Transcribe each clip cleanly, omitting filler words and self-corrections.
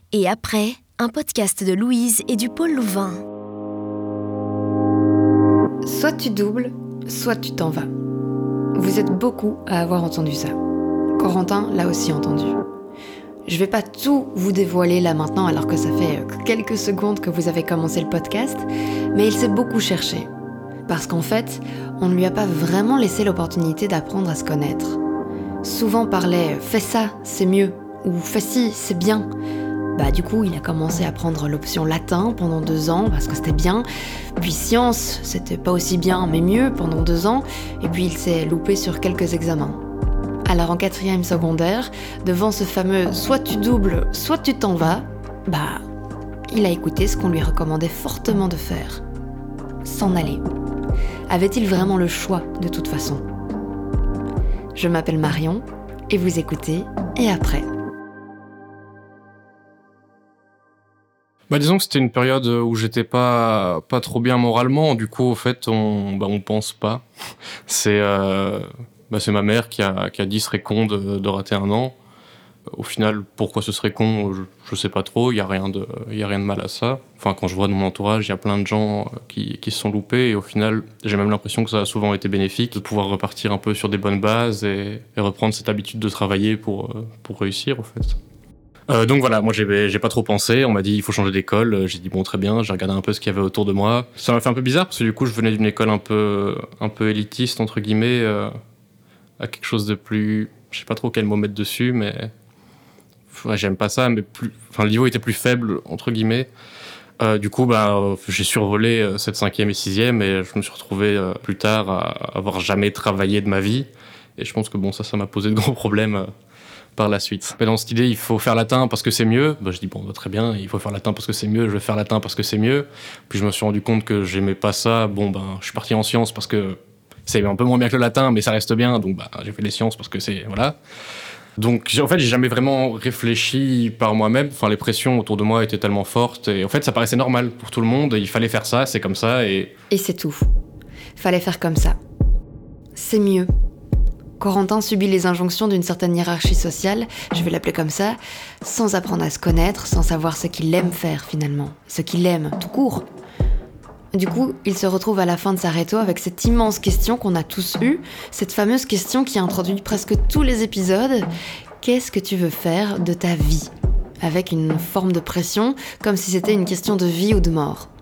Et après, un podcast de Louise et du Pôle Louvain. Soit tu doubles, soit tu t'en vas. Vous êtes beaucoup à avoir entendu ça. Corentin l'a aussi entendu. Je vais pas tout vous dévoiler là maintenant alors que ça fait quelques secondes que vous avez commencé le podcast, mais il s'est beaucoup cherché. Parce qu'en fait, on ne lui a pas vraiment laissé l'opportunité d'apprendre à se connaître. Souvent parlait « fais ça, c'est mieux » ou « fais ci, c'est bien ». Du coup, il a commencé à prendre l'option latin pendant 2 ans parce que c'était bien. Puis sciences, c'était pas aussi bien mais mieux pendant 2 ans. Et puis il s'est loupé sur quelques examens. Alors en 4e secondaire, devant ce fameux « soit tu doubles, soit tu t'en vas », il a écouté ce qu'on lui recommandait fortement de faire. S'en aller. Avait-il vraiment le choix de toute façon ? Je m'appelle Marion et vous écoutez Et après ? Disons que c'était une période où j'étais pas trop bien moralement. Du coup, au fait, on pense pas. C'est ma mère qui a dit serait con de rater 1 an. Au final, pourquoi ce serait con, je sais pas trop. Il y a rien de mal à ça. Enfin, quand je vois dans mon entourage, il y a plein de gens qui se sont loupés. Et au final, j'ai même l'impression que ça a souvent été bénéfique de pouvoir repartir un peu sur des bonnes bases et reprendre cette habitude de travailler pour réussir, au fait. Donc voilà, moi j'ai pas trop pensé, on m'a dit il faut changer d'école, j'ai dit bon très bien, j'ai regardé un peu ce qu'il y avait autour de moi. Ça m'a fait un peu bizarre parce que du coup je venais d'une école un peu élitiste entre guillemets, à quelque chose de plus, je sais pas trop quel mot mettre dessus, mais j'aime pas ça, mais le niveau était plus faible entre guillemets. Du coup j'ai survolé cette 5e et 6e et je me suis retrouvé plus tard à avoir jamais travaillé de ma vie et je pense que ça m'a posé de gros problèmes. Par la suite. Mais dans cette idée, il faut faire latin parce que c'est mieux. Je dis très bien, il faut faire latin parce que c'est mieux, je vais faire latin parce que c'est mieux. Puis je me suis rendu compte que j'aimais pas ça. Je suis parti en sciences parce que c'est un peu moins bien que le latin, mais ça reste bien. Donc j'ai fait les sciences parce que c'est voilà. Donc j'ai jamais vraiment réfléchi par moi-même. Enfin, les pressions autour de moi étaient tellement fortes et en fait ça paraissait normal pour tout le monde. Il fallait faire ça, c'est comme ça et c'est tout. Fallait faire comme ça. C'est mieux. Corentin subit les injonctions d'une certaine hiérarchie sociale, je vais l'appeler comme ça, sans apprendre à se connaître, sans savoir ce qu'il aime faire finalement, ce qu'il aime, tout court. Du coup, il se retrouve à la fin de sa réto avec cette immense question qu'on a tous eue, cette fameuse question qui a introduit presque tous les épisodes. Qu'est-ce que tu veux faire de ta vie ? Avec une forme de pression, comme si c'était une question de vie ou de mort.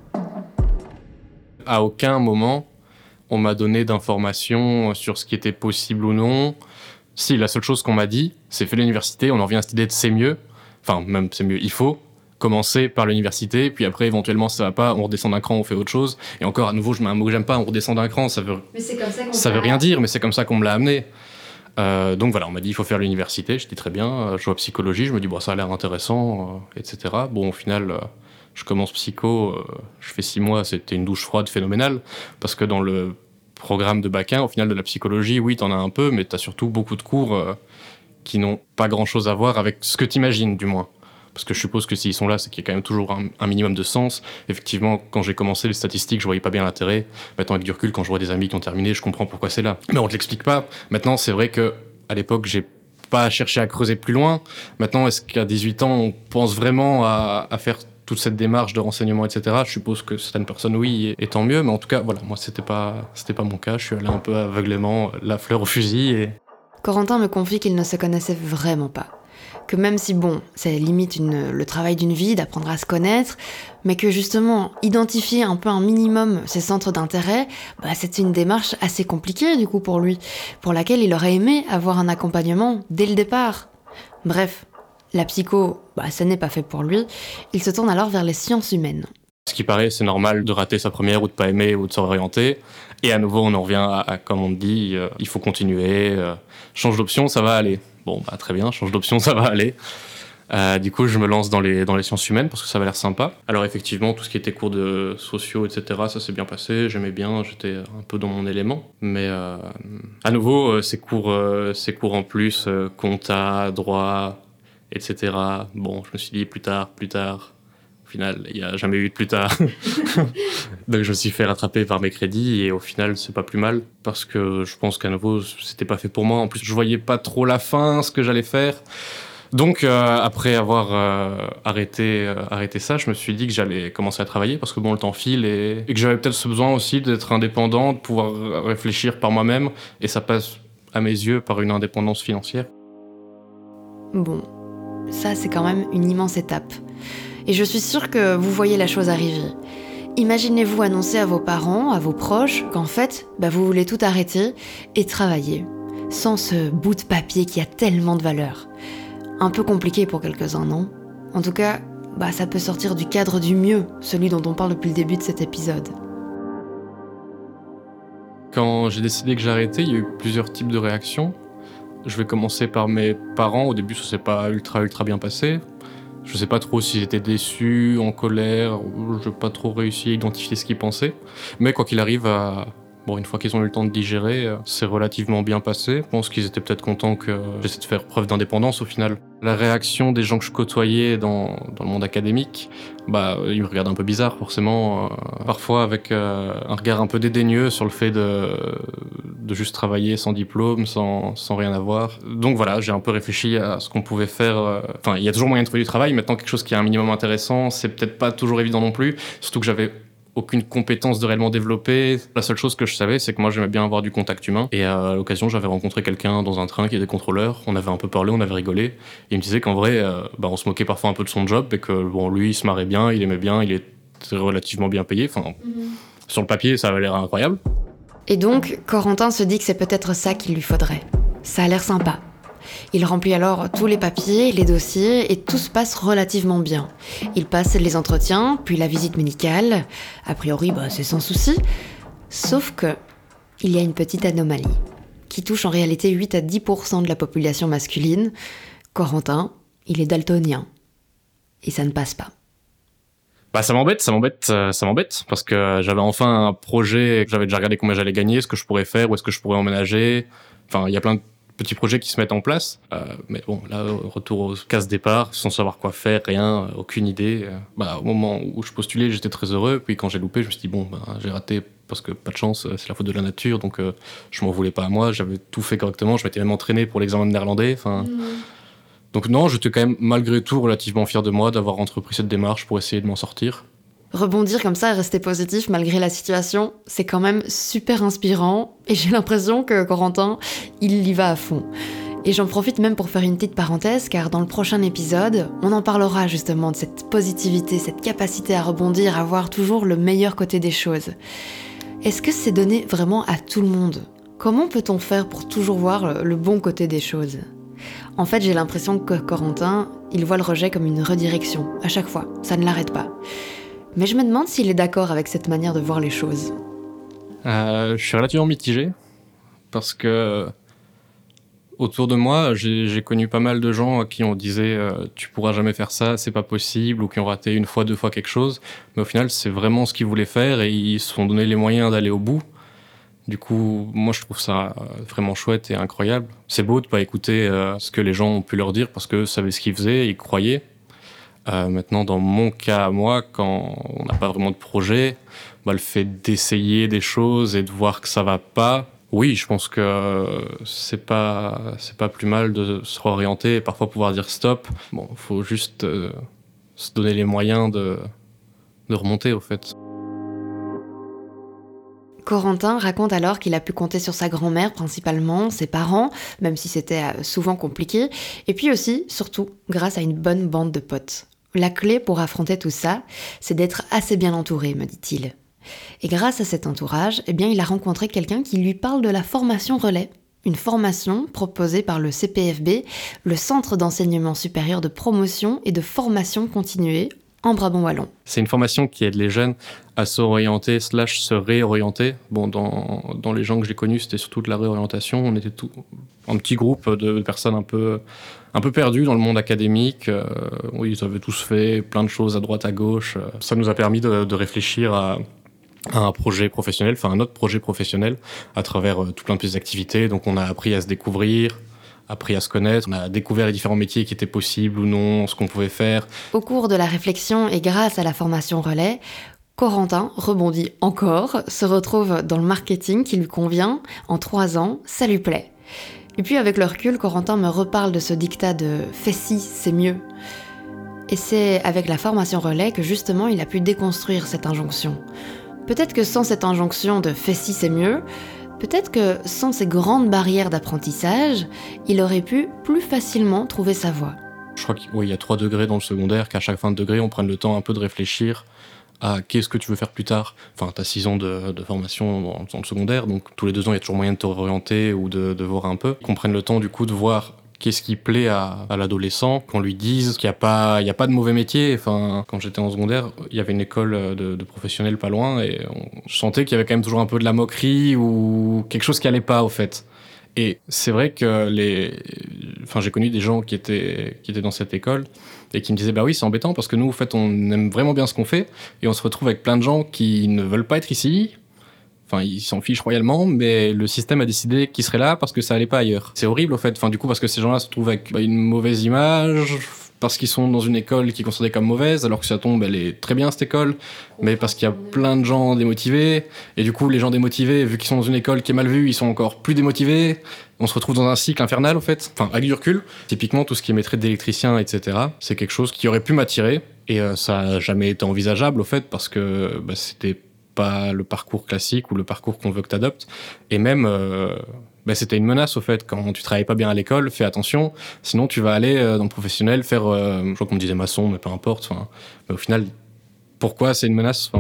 À aucun moment, on m'a donné d'informations sur ce qui était possible ou non. Si, la seule chose qu'on m'a dit, c'est fais l'université, on en revient à cette idée de c'est mieux. Enfin, même c'est mieux, il faut commencer par l'université, puis après, éventuellement, ça va pas, on redescend d'un cran, on fait autre chose. Et encore, à nouveau, je mets un mot que j'aime pas, on redescend d'un cran, ça veut rien dire, mais c'est comme ça qu'on me l'a amené. Donc voilà, on m'a dit il faut faire l'université, je dis très bien, je vois psychologie, je me dis ça a l'air intéressant, etc. Au final... je commence psycho, je fais 6 mois, c'était une douche froide phénoménale, parce que dans le programme de bac 1, au final de la psychologie, oui, t'en as un peu, mais t'as surtout beaucoup de cours qui n'ont pas grand-chose à voir avec ce que t'imagines, du moins. Parce que je suppose que s'ils sont là, c'est qu'il y a quand même toujours un minimum de sens. Effectivement, quand j'ai commencé les statistiques, je voyais pas bien l'intérêt. Maintenant, avec du recul, quand je vois des amis qui ont terminé, je comprends pourquoi c'est là. Mais on te l'explique pas. Maintenant, c'est vrai que à l'époque, j'ai pas cherché à creuser plus loin. Maintenant, est-ce qu'à 18 ans, on pense vraiment à faire toute cette démarche de renseignement, etc. Je suppose que certaines personnes, oui, et tant mieux. Mais en tout cas, voilà, moi, c'était pas mon cas. Je suis allé un peu aveuglément, la fleur au fusil. Et... Corentin me confie qu'il ne se connaissait vraiment pas. Que même si, c'est limite le travail d'une vie, d'apprendre à se connaître, mais que justement, identifier un peu un minimum ses centres d'intérêt, c'était une démarche assez compliquée, du coup, pour lui, pour laquelle il aurait aimé avoir un accompagnement dès le départ. Bref. La psycho, ça n'est pas fait pour lui. Il se tourne alors vers les sciences humaines. Ce qui paraît, c'est normal de rater sa première ou de pas aimer ou de s'orienter. Et à nouveau, on en revient à comme on dit, il faut continuer. Change d'option, ça va aller. Très bien, change d'option, ça va aller. Du coup, je me lance dans les sciences humaines parce que ça va l'air sympa. Alors effectivement, tout ce qui était cours de sociaux, etc., ça s'est bien passé. J'aimais bien, j'étais un peu dans mon élément. Mais à nouveau, ces cours en plus, compta, droit... etc. Je me suis dit plus tard. Au final, il n'y a jamais eu de plus tard. Donc je me suis fait rattraper par mes crédits et au final, c'est pas plus mal parce que je pense qu'à nouveau, c'était pas fait pour moi. En plus, je voyais pas trop la fin, ce que j'allais faire. Donc, après avoir arrêté ça, je me suis dit que j'allais commencer à travailler parce que bon, le temps file et que j'avais peut-être ce besoin aussi d'être indépendant, de pouvoir réfléchir par moi-même. Et ça passe, à mes yeux, par une indépendance financière. Bon, ça c'est quand même une immense étape. Et je suis sûre que vous voyez la chose arriver. Imaginez-vous annoncer à vos parents, à vos proches, qu'en fait, vous voulez tout arrêter et travailler, sans ce bout de papier qui a tellement de valeur. Un peu compliqué pour quelques-uns, non ? En tout cas, ça peut sortir du cadre du mieux, celui dont on parle depuis le début de cet épisode. Quand j'ai décidé que j'arrêtais, il y a eu plusieurs types de réactions. Je vais commencer par mes parents. Au début, ça s'est pas ultra bien passé. Je sais pas trop s'ils étaient déçus, en colère, je n'ai pas trop réussi à identifier ce qu'ils pensaient. Mais quoi qu'il arrive, une fois qu'ils ont eu le temps de digérer, c'est relativement bien passé. Je pense qu'ils étaient peut-être contents que j'essaie de faire preuve d'indépendance au final. La réaction des gens que je côtoyais dans le monde académique, ils me regardent un peu bizarre forcément. Parfois avec un regard un peu dédaigneux sur le fait de juste travailler sans diplôme, sans rien avoir. Donc voilà, j'ai un peu réfléchi à ce qu'on pouvait faire. Il y a toujours moyen de trouver du travail. Maintenant, quelque chose qui est un minimum intéressant, c'est peut-être pas toujours évident non plus. Surtout que j'avais aucune compétence de réellement développer. La seule chose que je savais, c'est que moi, j'aimais bien avoir du contact humain. Et à l'occasion, j'avais rencontré quelqu'un dans un train qui était contrôleur. On avait un peu parlé, on avait rigolé. Et il me disait qu'en vrai, on se moquait parfois un peu de son job et que lui, il se marrait bien, il aimait bien, il était relativement bien payé. Sur le papier, ça avait l'air incroyable. Et donc, Corentin se dit que c'est peut-être ça qu'il lui faudrait. Ça a l'air sympa. Il remplit alors tous les papiers, les dossiers, et tout se passe relativement bien. Il passe les entretiens, puis la visite médicale. A priori, c'est sans souci. Sauf que, il y a une petite anomalie, qui touche en réalité 8 à 10% de la population masculine. Corentin, il est daltonien. Et ça ne passe pas. Ça m'embête, parce que j'avais enfin un projet, j'avais déjà regardé combien j'allais gagner, ce que je pourrais faire, où est-ce que je pourrais emménager. Il y a plein de petits projets qui se mettent en place. Mais bon, là, retour au casse-départ, sans savoir quoi faire, rien, aucune idée. Au moment où je postulais, j'étais très heureux. Puis quand j'ai loupé, je me suis dit, j'ai raté parce que pas de chance, c'est la faute de la nature. Donc je m'en voulais pas à moi, j'avais tout fait correctement. Je m'étais même entraîné pour l'examen de néerlandais. Donc non, j'étais quand même malgré tout relativement fier de moi d'avoir entrepris cette démarche pour essayer de m'en sortir. Rebondir comme ça et rester positif malgré la situation, c'est quand même super inspirant et j'ai l'impression que Corentin, il y va à fond. Et j'en profite même pour faire une petite parenthèse car dans le prochain épisode, on en parlera justement de cette positivité, cette capacité à rebondir, à voir toujours le meilleur côté des choses. Est-ce que c'est donné vraiment à tout le monde ? Comment peut-on faire pour toujours voir le bon côté des choses ? En fait, j'ai l'impression que Corentin, il voit le rejet comme une redirection, à chaque fois, ça ne l'arrête pas. Mais je me demande s'il est d'accord avec cette manière de voir les choses. Je suis relativement mitigé, parce que autour de moi, j'ai connu pas mal de gens à qui on disait tu pourras jamais faire ça, c'est pas possible, ou qui ont raté une fois, deux fois quelque chose. Mais au final, c'est vraiment ce qu'ils voulaient faire et ils se sont donné les moyens d'aller au bout. Du coup, moi, je trouve ça vraiment chouette et incroyable. C'est beau de pas écouter ce que les gens ont pu leur dire parce qu'eux savaient ce qu'ils faisaient, ils croyaient. Maintenant, dans mon cas à moi, quand on n'a pas vraiment de projet, le fait d'essayer des choses et de voir que ça va pas, oui, je pense que c'est pas plus mal de se réorienter et parfois pouvoir dire stop. Bon, faut juste se donner les moyens de remonter, au fait. Corentin raconte alors qu'il a pu compter sur sa grand-mère principalement, ses parents, même si c'était souvent compliqué, et puis aussi, surtout, grâce à une bonne bande de potes. La clé pour affronter tout ça, c'est d'être assez bien entouré, me dit-il. Et grâce à cet entourage, il a rencontré quelqu'un qui lui parle de la formation relais, une formation proposée par le CPFB, le Centre d'enseignement supérieur de promotion et de formation continuée, en Brabant wallon. C'est une formation qui aide les jeunes à s'orienter / se réorienter. Bon, dans les gens que j'ai connus, c'était surtout de la réorientation. On était tout un petit groupe de personnes un peu perdues dans le monde académique. Ils avaient tous fait plein de choses à droite, à gauche. Ça nous a permis de réfléchir à un projet professionnel, un autre projet professionnel, à travers tout plein de petites activités. Donc on a appris à se découvrir, appris à se connaître, on a découvert les différents métiers qui étaient possibles ou non, ce qu'on pouvait faire. Au cours de la réflexion et grâce à la formation relais, Corentin rebondit encore, se retrouve dans le marketing qui lui convient en 3 ans, ça lui plaît. Et puis avec le recul, Corentin me reparle de ce dictat de « fais ci, c'est mieux ». Et c'est avec la formation relais que justement il a pu déconstruire cette injonction. Peut-être que sans cette injonction de « fais ci, c'est mieux », peut-être que sans ces grandes barrières d'apprentissage, il aurait pu plus facilement trouver sa voie. Je crois qu'il y a 3 degrés dans le secondaire, qu'à chaque fin de degré, on prenne le temps un peu de réfléchir à qu'est-ce que tu veux faire plus tard. Enfin, t'as 6 ans de formation dans le secondaire, donc tous les 2 ans, il y a toujours moyen de te réorienter ou de voir un peu. Qu'on prenne le temps, du coup, de voir qu'est-ce qui plaît à l'adolescent, qu'on lui dise qu'il n'y a pas de mauvais métier. Enfin, quand j'étais en secondaire, il y avait une école de professionnels pas loin, et je sentais qu'il y avait quand même toujours un peu de la moquerie ou quelque chose qui allait pas, au fait. Et c'est vrai que j'ai connu des gens qui étaient dans cette école et qui me disaient, bah oui, c'est embêtant parce que nous, en fait, on aime vraiment bien ce qu'on fait et on se retrouve avec plein de gens qui ne veulent pas être ici. Enfin, ils s'en fichent royalement, mais le système a décidé qu'ils seraient là parce que ça allait pas ailleurs. C'est horrible, au fait. Enfin, du coup, parce que ces gens-là se retrouvent avec une mauvaise image, parce qu'ils sont dans une école qui est considérée comme mauvaise, alors que ça tombe, elle est très bien, cette école, mais parce qu'il y a plein de gens démotivés, et du coup, les gens démotivés, vu qu'ils sont dans une école qui est mal vue, ils sont encore plus démotivés. On se retrouve dans un cycle infernal, au fait. Enfin, avec du recul, typiquement, tout ce qui est maîtrise d'électricien, etc., c'est quelque chose qui aurait pu m'attirer, et ça a jamais été envisageable, au fait, parce que c'était pas le parcours classique ou le parcours qu'on veut que t'adoptes. Et même, c'était une menace, au fait. Quand tu travailles pas bien à l'école, fais attention. Sinon, tu vas aller dans le professionnel faire, je crois qu'on me disait maçon, mais peu importe. Mais au final, pourquoi c'est une menace?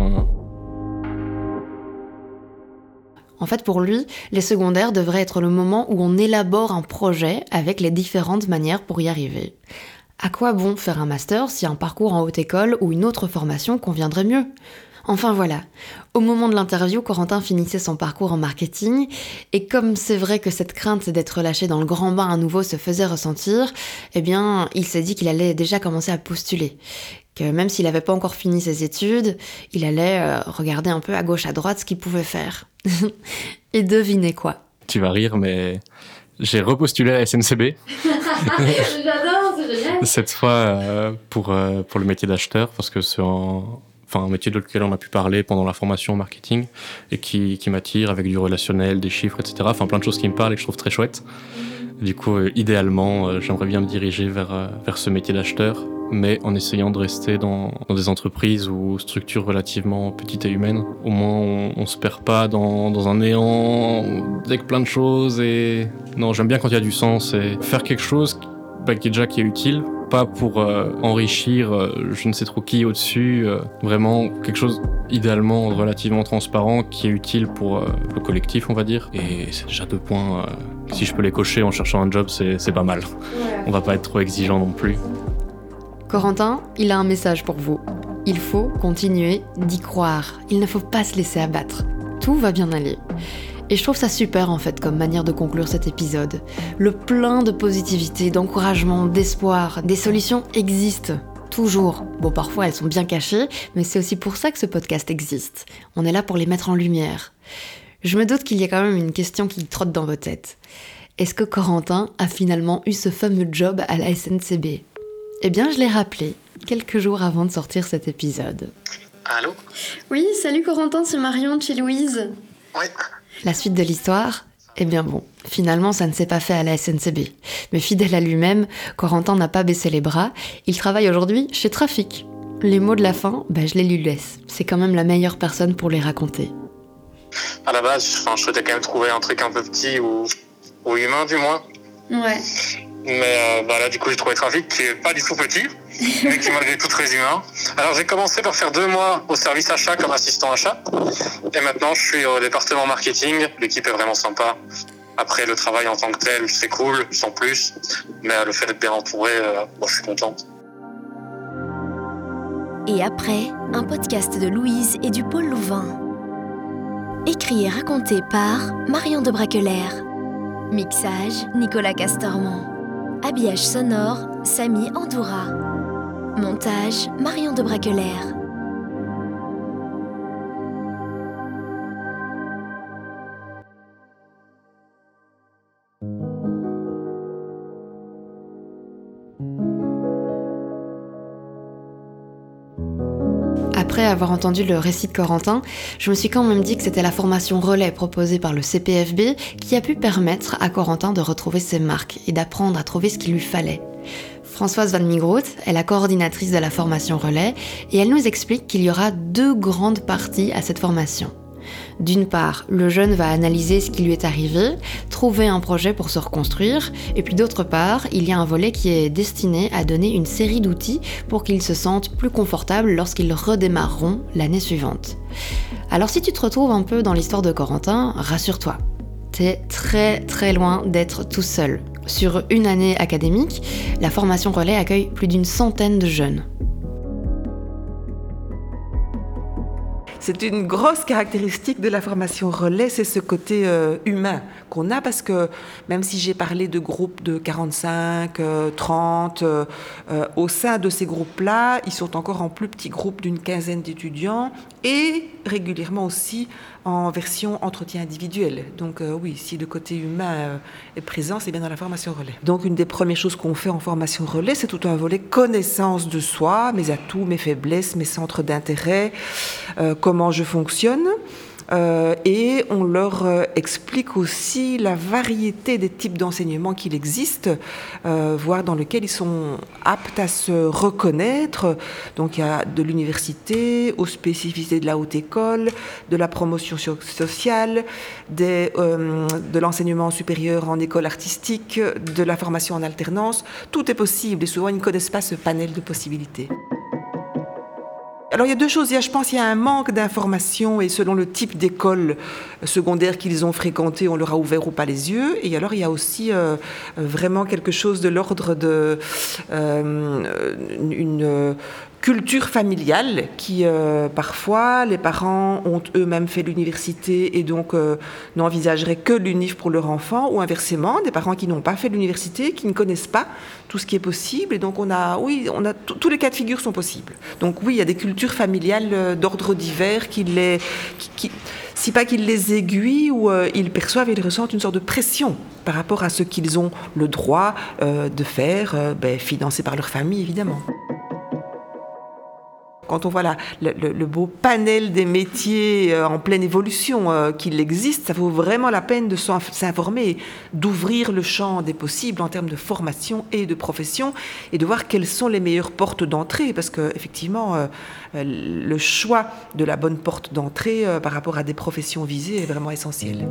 En fait, pour lui, les secondaires devraient être le moment où on élabore un projet avec les différentes manières pour y arriver. À quoi bon faire un master si un parcours en haute école ou une autre formation conviendrait mieux ? Enfin voilà, au moment de l'interview, Corentin finissait son parcours en marketing, et comme c'est vrai que cette crainte d'être lâché dans le grand bain à nouveau se faisait ressentir, eh bien, il s'est dit qu'il allait déjà commencer à postuler. Que même s'il n'avait pas encore fini ses études, il allait regarder un peu à gauche à droite ce qu'il pouvait faire. Et devinez quoi ? Tu vas rire, mais j'ai repostulé à la SNCB. J'adore, c'est génial. Cette fois pour le métier d'acheteur, parce que c'est un métier de lequel on a pu parler pendant la formation en marketing et qui m'attire, avec du relationnel, des chiffres, etc. Enfin, plein de choses qui me parlent et que je trouve très chouettes. Du coup, idéalement, j'aimerais bien me diriger vers ce métier d'acheteur, mais en essayant de rester dans des entreprises ou structures relativement petites et humaines. Au moins, on se perd pas dans un néant avec plein de choses. Et non, j'aime bien quand il y a du sens et faire quelque chose qui est utile. Pas pour enrichir je ne sais trop qui au-dessus, vraiment quelque chose idéalement relativement transparent qui est utile pour le collectif, on va dire. Et c'est déjà 2 points, si je peux les cocher en cherchant un job, c'est pas mal. Ouais. On va pas être trop exigeant non plus. Corentin, il a un message pour vous. Il faut continuer d'y croire. Il ne faut pas se laisser abattre. Tout va bien aller. Et je trouve ça super en fait comme manière de conclure cet épisode. Le plein de positivité, d'encouragement, d'espoir. Des solutions existent. Toujours. Bon, parfois elles sont bien cachées, mais c'est aussi pour ça que ce podcast existe. On est là pour les mettre en lumière. Je me doute qu'il y a quand même une question qui trotte dans vos têtes. Est-ce que Corentin a finalement eu ce fameux job à la SNCB ? Eh bien, je l'ai rappelé quelques jours avant de sortir cet épisode. Allô ? Oui, salut Corentin, c'est Marion de chez Louise. Oui. La suite de l'histoire ? Eh bien bon, finalement ça ne s'est pas fait à la SNCB. Mais fidèle à lui-même, Corentin n'a pas baissé les bras. Il travaille aujourd'hui chez Trafic. Les mots de la fin, je les lui laisse. C'est quand même la meilleure personne pour les raconter. À la base, je souhaitais quand même trouver un truc un peu petit ou humain du moins. Ouais. Mais là du coup j'ai trouvé Trafic qui est pas du tout petit, mais qui est malgré tout très humain. Alors j'ai commencé par faire 2 mois au service achat comme assistant achat. Et maintenant je suis au département marketing. L'équipe est vraiment sympa. Après le travail en tant que tel, c'est cool, sans plus. Mais le fait d'être bien entouré, je suis content. Et après, un podcast de Louise et du pôle Louvain. Écrit et raconté par Marion de Braquelaire. Mixage, Nicolas Castormont. Habillage sonore, Samy Andoura. Montage, Marion de Braquelaire. après avoir entendu le récit de Corentin, je me suis quand même dit que c'était la formation relais proposée par le CPFB qui a pu permettre à Corentin de retrouver ses marques et d'apprendre à trouver ce qu'il lui fallait. Françoise Van Migroot est la coordinatrice de la formation relais et elle nous explique qu'il y aura 2 grandes parties à cette formation. D'une part, le jeune va analyser ce qui lui est arrivé, trouver un projet pour se reconstruire, et puis d'autre part, il y a un volet qui est destiné à donner une série d'outils pour qu'ils se sentent plus confortables lorsqu'ils redémarreront l'année suivante. Alors si tu te retrouves un peu dans l'histoire de Corentin, rassure-toi, t'es très très loin d'être tout seul. Sur une année académique, la formation relais accueille plus d'une centaine de jeunes. C'est une grosse caractéristique de la formation relais, c'est ce côté humain qu'on a, parce que même si j'ai parlé de groupes de 45, 30, au sein de ces groupes-là, ils sont encore en plus petits groupes d'une quinzaine d'étudiants et régulièrement aussi en version entretien individuel. Donc oui, si le côté humain est présent, c'est bien dans la formation relais. Donc une des premières choses qu'on fait en formation relais, c'est tout un volet connaissance de soi, mes atouts, mes faiblesses, mes centres d'intérêt, comment je fonctionne. Et on leur explique aussi la variété des types d'enseignements qu'il existe, voire dans lesquels ils sont aptes à se reconnaître. Donc il y a de l'université, aux spécificités de la haute école, de la promotion sociale, de l'enseignement supérieur en école artistique, de la formation en alternance. Tout est possible et souvent ils ne connaissent pas ce panel de possibilités. Alors il y a 2 choses, je pense qu'il y a un manque d'informations et selon le type d'école secondaire qu'ils ont fréquenté, on leur a ouvert ou pas les yeux. Et alors il y a aussi vraiment quelque chose de l'ordre de une culture familiale qui parfois les parents ont eux-mêmes fait l'université et donc n'envisageraient que l'UNIF pour leur enfant, ou inversement des parents qui n'ont pas fait l'université, qui ne connaissent pas tout ce qui est possible, et donc tous les cas de figure sont possibles. Donc oui, il y a des cultures familiales d'ordre divers qui si pas qu'ils les aiguillent, ou ils perçoivent et ils ressentent une sorte de pression par rapport à ce qu'ils ont le droit de faire, financé par leur famille évidemment. Quand on voit le beau panel des métiers en pleine évolution qu'il existe, ça vaut vraiment la peine de s'informer, d'ouvrir le champ des possibles en termes de formation et de profession, et de voir quelles sont les meilleures portes d'entrée, parce qu'effectivement, le choix de la bonne porte d'entrée par rapport à des professions visées est vraiment essentiel.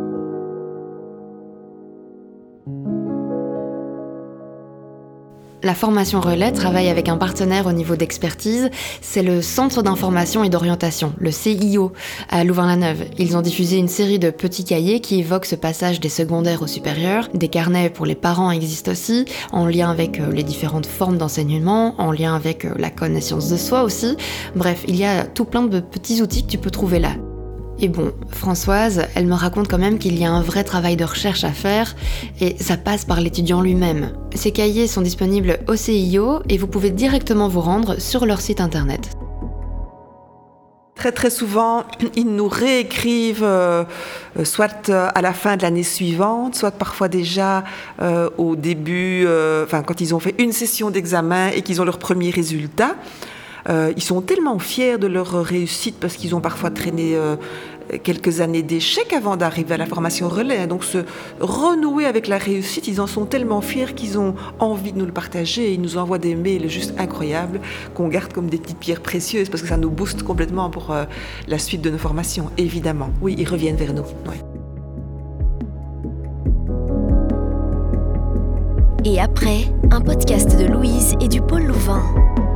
La formation relais travaille avec un partenaire au niveau d'expertise, c'est le Centre d'information et d'orientation, le CIO, à Louvain-la-Neuve. Ils ont diffusé une série de petits cahiers qui évoquent ce passage des secondaires au supérieur. Des carnets pour les parents existent aussi, en lien avec les différentes formes d'enseignement, en lien avec la connaissance de soi aussi. Bref, il y a tout plein de petits outils que tu peux trouver là. Et bon, Françoise, elle me raconte quand même qu'il y a un vrai travail de recherche à faire, et ça passe par l'étudiant lui-même. Ces cahiers sont disponibles au CIO et vous pouvez directement vous rendre sur leur site internet. Très très souvent, ils nous réécrivent soit à la fin de l'année suivante, soit parfois déjà au début, quand ils ont fait une session d'examen et qu'ils ont leurs premiers résultats. Ils sont tellement fiers de leur réussite parce qu'ils ont parfois traîné quelques années d'échecs avant d'arriver à la formation relais. Donc se renouer avec la réussite, ils en sont tellement fiers qu'ils ont envie de nous le partager. Ils nous envoient des mails juste incroyables qu'on garde comme des petites pierres précieuses parce que ça nous booste complètement pour la suite de nos formations, évidemment. Oui, ils reviennent vers nous. Oui. Et après, un podcast de Louise et du pôle Louvain.